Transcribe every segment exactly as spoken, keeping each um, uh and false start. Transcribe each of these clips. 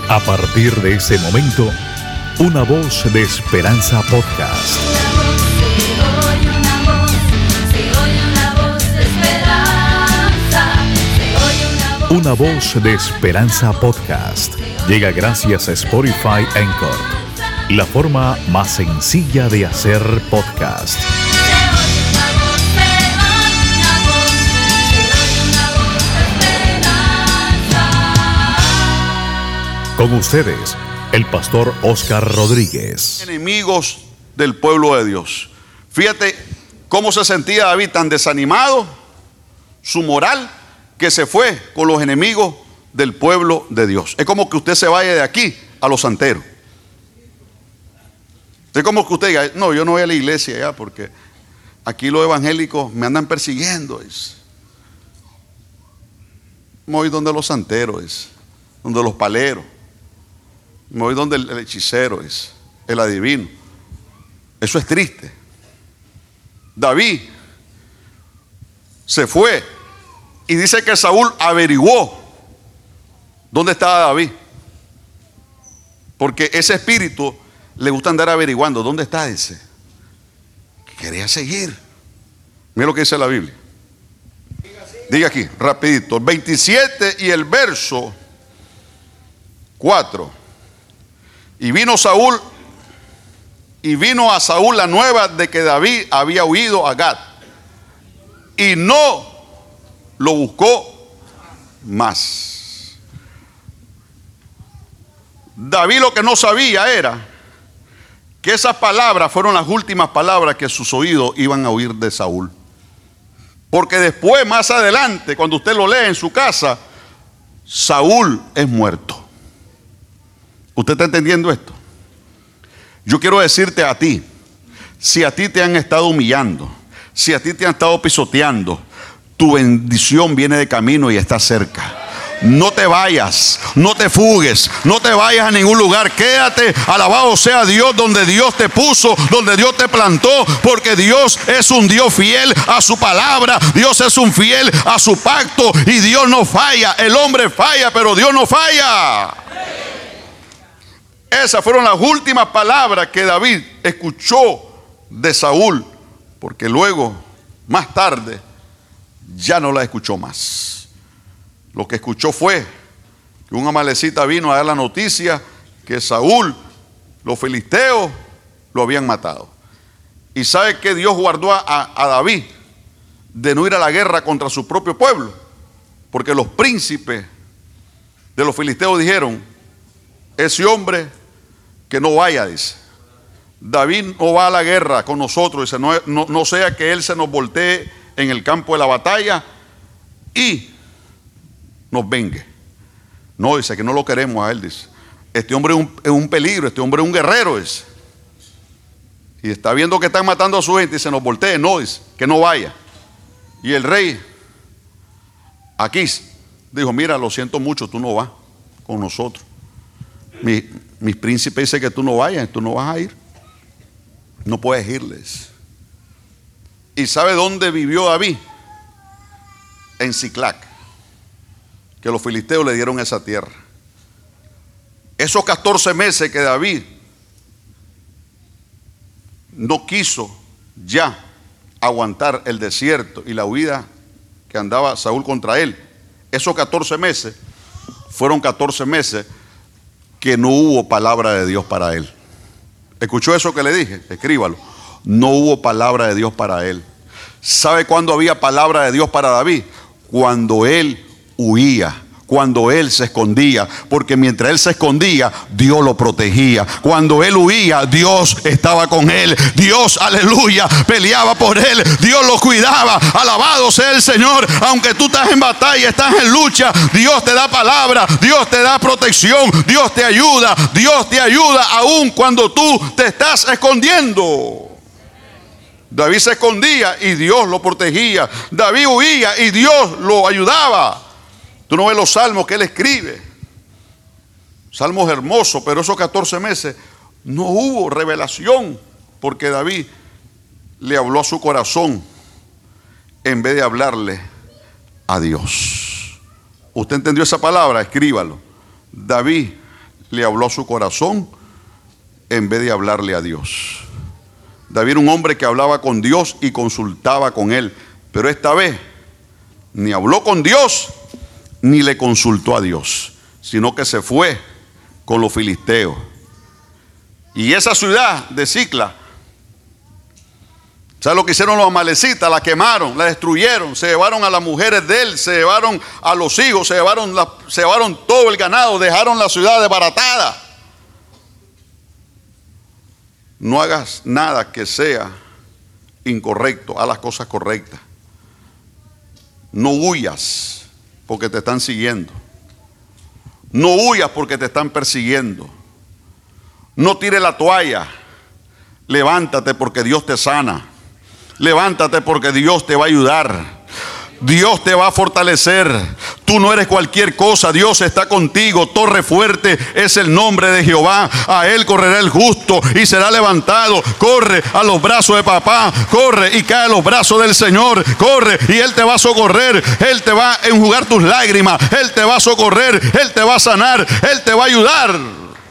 A partir de ese momento, Una Voz de Esperanza Podcast. Una Voz de Esperanza Podcast llega gracias a Spotify Anchor, la forma más sencilla de hacer podcast. Con ustedes, el pastor Oscar Rodríguez. Enemigos del pueblo de Dios. Fíjate cómo se sentía David, tan desanimado, su moral, que se fue con los enemigos del pueblo de Dios. Es como que usted se vaya de aquí a los santeros. Es como que usted diga, no, yo no voy a la iglesia ya porque aquí los evangélicos me andan persiguiendo. Es. Me voy donde los santeros, es, donde los paleros. Me voy donde el, el hechicero es, el adivino. Eso es triste. David se fue y dice que Saúl averiguó dónde estaba David, porque ese espíritu le gusta andar averiguando dónde está ese. Quería seguir. Mira lo que dice la Biblia. Diga aquí, rapidito, el veintisiete y el verso cuatro. Y vino Saúl, y vino a Saúl la nueva de que David había huido a Gat, y no lo buscó más. David lo que no sabía era que esas palabras fueron las últimas palabras que sus oídos iban a oír de Saúl. Porque después, más adelante, cuando usted lo lee en su casa, Saúl es muerto. ¿Usted está entendiendo esto? Yo quiero decirte a ti, si a ti te han estado humillando, si a ti te han estado pisoteando, tu bendición viene de camino y está cerca. No te vayas, no te fugues, no te vayas a ningún lugar. Quédate, alabado sea Dios, donde Dios te puso, donde Dios te plantó, porque Dios es un Dios fiel a su palabra, Dios es un fiel a su pacto y Dios no falla. El hombre falla, pero Dios no falla. Esas fueron las últimas palabras que David escuchó de Saúl, porque luego, más tarde, ya no las escuchó más. Lo que escuchó fue que un amalecita vino a dar la noticia que Saúl, los filisteos, lo habían matado. Y sabe que Dios guardó a, a David de no ir a la guerra contra su propio pueblo, porque los príncipes de los filisteos dijeron, ese hombre que no vaya, dice. David no va a la guerra con nosotros, dice, no, no, no sea que él se nos voltee en el campo de la batalla y nos vengue. No, dice que no lo queremos a él, dice. Este hombre es un, es un peligro, este hombre es un guerrero, dice. Y está viendo que están matando a su gente y se nos voltee, no, dice, que no vaya. Y el rey Aquís dijo, mira, lo siento mucho, tú no vas con nosotros. Mi, mis príncipes dicen que tú no vayas, tú no vas a ir. No puedes irles. ¿Y sabe dónde vivió David? En Siclac, que los filisteos le dieron esa tierra. Esos catorce meses que David no quiso ya aguantar el desierto y la huida que andaba Saúl contra él, esos catorce meses fueron catorce meses que no hubo palabra de Dios para él. ¿Escuchó eso que le dije? Escríbalo. No hubo palabra de Dios para él. ¿Sabe cuándo había palabra de Dios para David? Cuando él huía, cuando él se escondía, porque mientras él se escondía, Dios lo protegía. Cuando él huía, Dios estaba con él. Dios, aleluya, peleaba por él. Dios lo cuidaba. Alabado sea el Señor. Aunque tú estás en batalla, estás en lucha, Dios te da palabra, Dios te da protección, Dios te ayuda, Dios te ayuda aún cuando tú te estás escondiendo. David se escondía y Dios lo protegía. David huía y Dios lo ayudaba. Tú no ves los salmos que él escribe, salmos hermosos, pero esos catorce meses no hubo revelación, porque David le habló a su corazón en vez de hablarle a Dios. ¿Usted entendió esa palabra? Escríbalo. David le habló a su corazón en vez de hablarle a Dios. David era un hombre que hablaba con Dios y consultaba con él, pero esta vez ni habló con Dios ni le consultó a Dios, sino que se fue con los filisteos. Y esa ciudad de Sicla, ¿sabes lo que hicieron los amalecitas? La quemaron, la destruyeron, se llevaron a las mujeres de él, se llevaron a los hijos, se llevaron, la, se llevaron todo el ganado, dejaron la ciudad desbaratada. No hagas nada que sea incorrecto, haz las cosas correctas. No huyas porque te están siguiendo. No huyas porque te están persiguiendo. No tires la toalla. Levántate porque Dios te sana. Levántate porque Dios te va a ayudar. Dios te va a fortalecer. Tú no eres cualquier cosa. Dios está contigo. Torre fuerte es el nombre de Jehová. A él correrá el justo y será levantado. Corre a los brazos de papá. Corre y cae a los brazos del Señor. Corre y él te va a socorrer. Él te va a enjugar tus lágrimas. Él te va a socorrer. Él te va a sanar. Él te va a ayudar.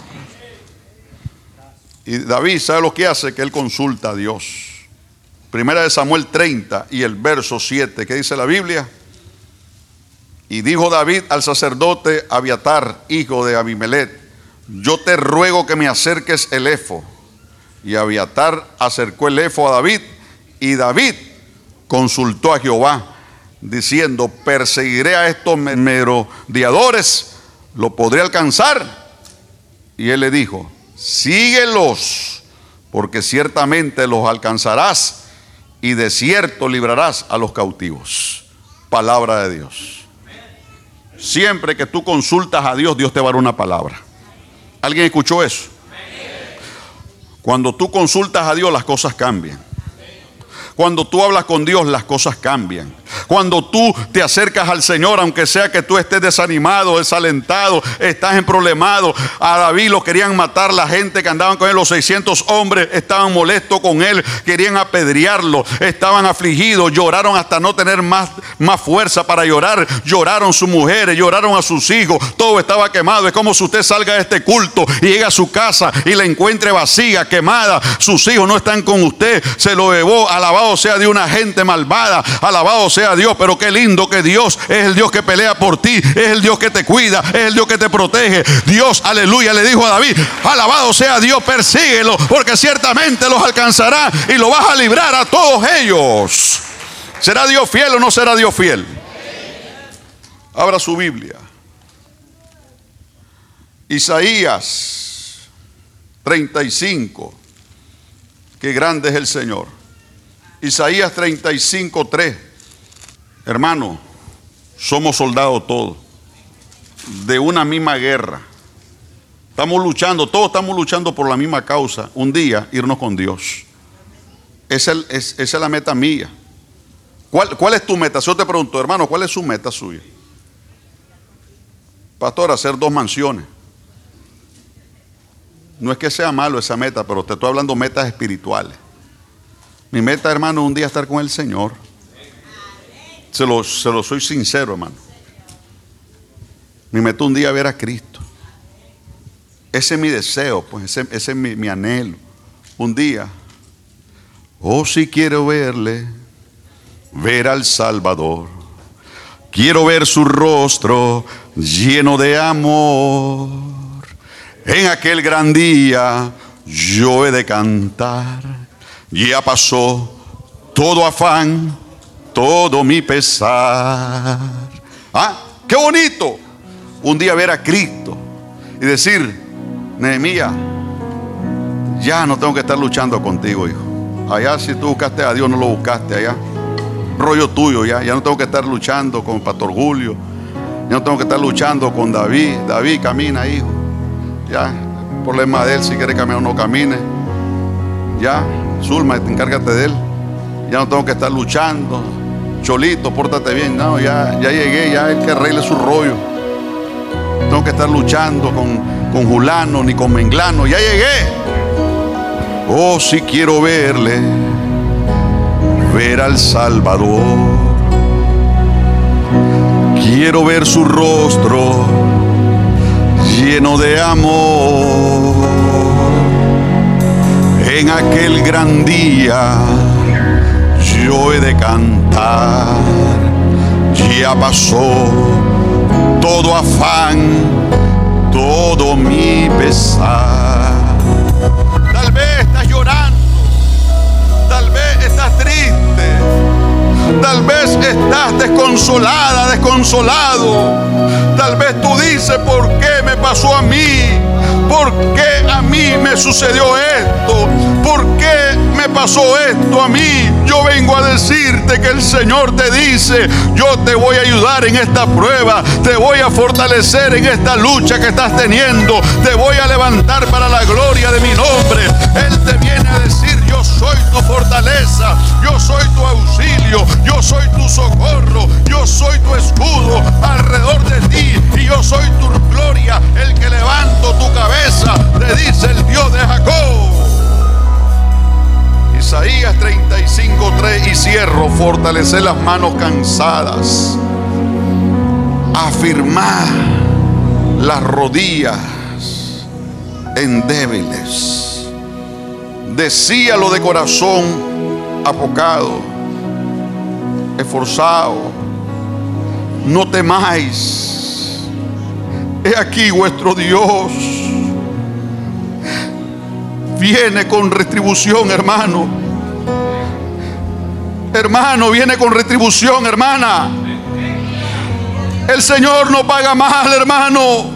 Y David, ¿sabe lo que hace? Que él consulta a Dios. Primera de Samuel treinta y el verso siete, ¿qué dice la Biblia? Y dijo David al sacerdote Abiatar, hijo de Abimelech: yo te ruego que me acerques el éfod. Y Abiatar acercó el éfod a David, y David consultó a Jehová, diciendo: perseguiré a estos merodeadores, ¿lo podré alcanzar? Y él le dijo: síguelos, porque ciertamente los alcanzarás, y de cierto librarás a los cautivos. Palabra de Dios. Siempre que tú consultas a Dios, Dios te va a dar una palabra. ¿Alguien escuchó eso? Cuando tú consultas a Dios, las cosas cambian. Cuando tú hablas con Dios, las cosas cambian. Cuando tú te acercas al Señor, aunque sea que tú estés desanimado, desalentado, estás emproblemado. A David lo querían matar, la gente que andaban con él, los seiscientos hombres, estaban molestos con él, querían apedrearlo, estaban afligidos, lloraron hasta no tener más, más fuerza para llorar. Lloraron sus mujeres, lloraron a sus hijos, todo estaba quemado. Es como si usted salga de este culto y llega a su casa y la encuentre vacía, quemada. Sus hijos no están con usted, se lo llevó. Alabado sea de una gente malvada, alabado sea Dios. Pero qué lindo que Dios es el Dios que pelea por ti, es el Dios que te cuida, es el Dios que te protege. Dios, aleluya, le dijo a David: alabado sea Dios, persíguelo, porque ciertamente los alcanzará y lo vas a librar a todos ellos. ¿Será Dios fiel o no será Dios fiel? Abra su Biblia. Isaías treinta y cinco. Qué grande es el Señor. Isaías treinta y cinco, tres. Hermano, somos soldados todos de una misma guerra. Estamos luchando, todos estamos luchando por la misma causa. Un día irnos con Dios. Esa es, es, esa es la meta mía. ¿Cuál, ¿Cuál es tu meta? Si yo te pregunto, hermano, ¿cuál es su meta suya? Pastor, hacer dos mansiones. No es que sea malo esa meta, pero te estoy hablando de metas espirituales. Mi meta, hermano, es un día estar con el Señor. Se lo, se lo soy sincero, hermano. Mi meta un día ver a Cristo. Ese es mi deseo, pues ese, ese es mi, mi anhelo. Un día, oh, si quiero verle, ver al Salvador. Quiero ver su rostro lleno de amor. En aquel gran día yo he de cantar. Ya pasó todo afán, todo mi pesar. Ah, qué bonito un día ver a Cristo y decir: Nehemías, ya no tengo que estar luchando contigo, hijo. Allá si tú buscaste a Dios, no lo buscaste allá. Rollo tuyo ya. Ya no tengo que estar luchando con Pastor Julio. Ya no tengo que estar luchando con David. David, camina, hijo. Ya, el problema de él, si quiere caminar o no camine. Ya, Zulma, encárgate de él. Ya no tengo que estar luchando. Cholito, pórtate bien. No, ya, ya llegué, ya el que arregle su rollo. No tengo que estar luchando con, con Julano ni con Menglano. Ya llegué. Oh, si quiero verle, ver al Salvador. Quiero ver su rostro lleno de amor. En aquel gran día yo he de cantar, ya pasó todo afán, todo mi pesar. Tal vez estás llorando, tal vez estás triste, tal vez estás desconsolada, desconsolado. Tal vez tú dices, ¿por qué me pasó a mí? ¿Por qué a mí me sucedió esto? ¿Por qué me pasó esto a mí? Yo vengo a decirte que el Señor te dice, yo te voy a ayudar en esta prueba, te voy a fortalecer en esta lucha que estás teniendo, te voy a levantar para la gloria de mi nombre. Él te viene a decir, yo soy tu fortaleza, yo soy tu auxilio, yo soy tu socorro, yo soy tu escudo alrededor de ti y yo soy tu gloria, el que levanto tu cabeza, te dice el Dios de Jacob. Isaías treinta y cinco, tres, y cierro: fortalecer las manos cansadas, afirmar las rodillas endebles. Decíalo de corazón apocado, esforzado: no temáis, he aquí vuestro Dios viene con retribución, hermano. Hermano, viene con retribución, hermana. El Señor no paga mal, hermano.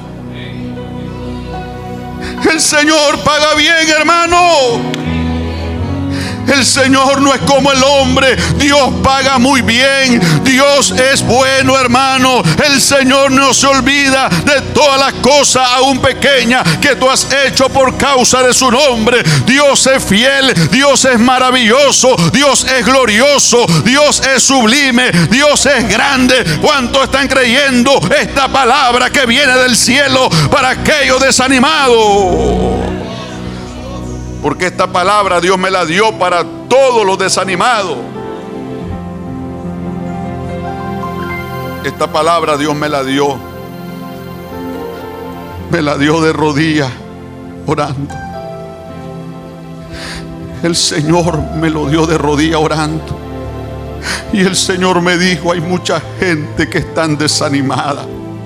El Señor paga bien, hermano. El Señor no es como el hombre. Dios paga muy bien. Dios es bueno, hermano. El Señor no se olvida de todas las cosas, aún pequeñas, que tú has hecho por causa de su nombre. Dios es fiel. Dios es maravilloso. Dios es glorioso. Dios es sublime. Dios es grande. ¿Cuántos están creyendo esta palabra que viene del cielo para aquellos desanimados? Porque esta palabra Dios me la dio para todos los desanimados. Esta palabra Dios me la dio. Me la dio de rodillas, orando. El Señor me lo dio de rodillas, orando. Y el Señor me dijo, hay mucha gente que están desanimada.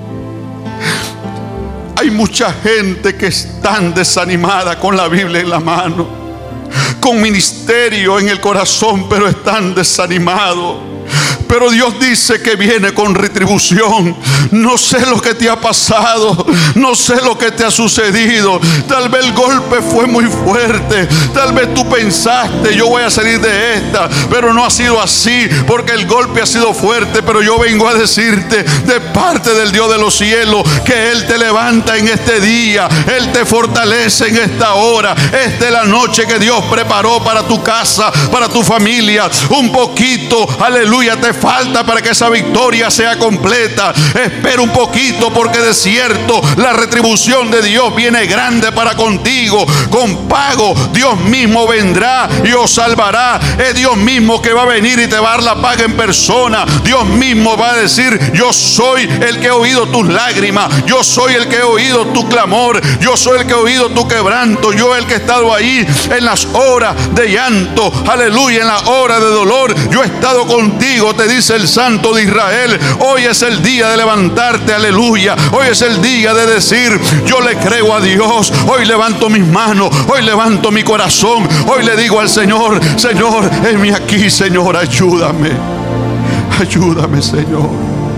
Hay mucha gente que están desanimada con la Biblia en la mano, con ministerio en el corazón, pero están desanimados. Pero Dios dice que viene con retribución. No sé lo que te ha pasado, no sé lo que te ha sucedido. Tal vez el golpe fue muy fuerte. Tal vez tú pensaste, yo voy a salir de esta, pero no ha sido así, porque el golpe ha sido fuerte. Pero yo vengo a decirte de parte del Dios de los cielos que Él te levanta en este día, Él te fortalece en esta hora. Esta es la noche que Dios preparó para tu casa, para tu familia. Un poquito, aleluya, te falta para que esa victoria sea completa. Espera un poquito, porque de cierto la retribución de Dios viene grande para contigo. Con pago Dios mismo vendrá y os salvará. Es Dios mismo que va a venir y te va a dar la paga en persona. Dios mismo va a decir, yo soy el que he oído tus lágrimas, yo soy el que he oído tu clamor, yo soy el que he oído tu quebranto, yo el que he estado ahí en las horas de llanto, aleluya, en la hora de dolor, yo he estado contigo, te dice el Santo de Israel. Hoy es el día de levantarte, aleluya. Hoy es el día de decir, yo le creo a Dios. Hoy levanto mis manos, hoy levanto mi corazón, hoy le digo al Señor, Señor, heme aquí, Señor, ayúdame, ayúdame, Señor.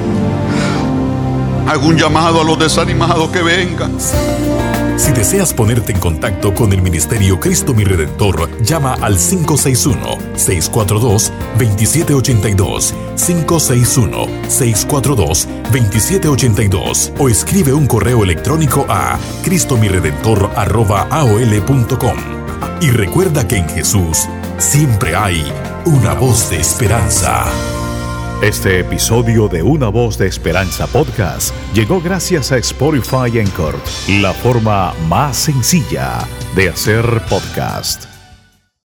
Hago un llamado a los desanimados que vengan. Si deseas ponerte en contacto con el Ministerio Cristo Mi Redentor, llama al cinco seis uno, seis cuatro dos, dos siete ocho dos, cinco seis uno, seis cuatro dos, dos siete ocho dos, o escribe un correo electrónico a cristomiredentor arroba a o l punto com. Y recuerda que en Jesús siempre hay una voz de esperanza. Este episodio de Una Voz de Esperanza Podcast llegó gracias a Spotify Anchor, la forma más sencilla de hacer podcast.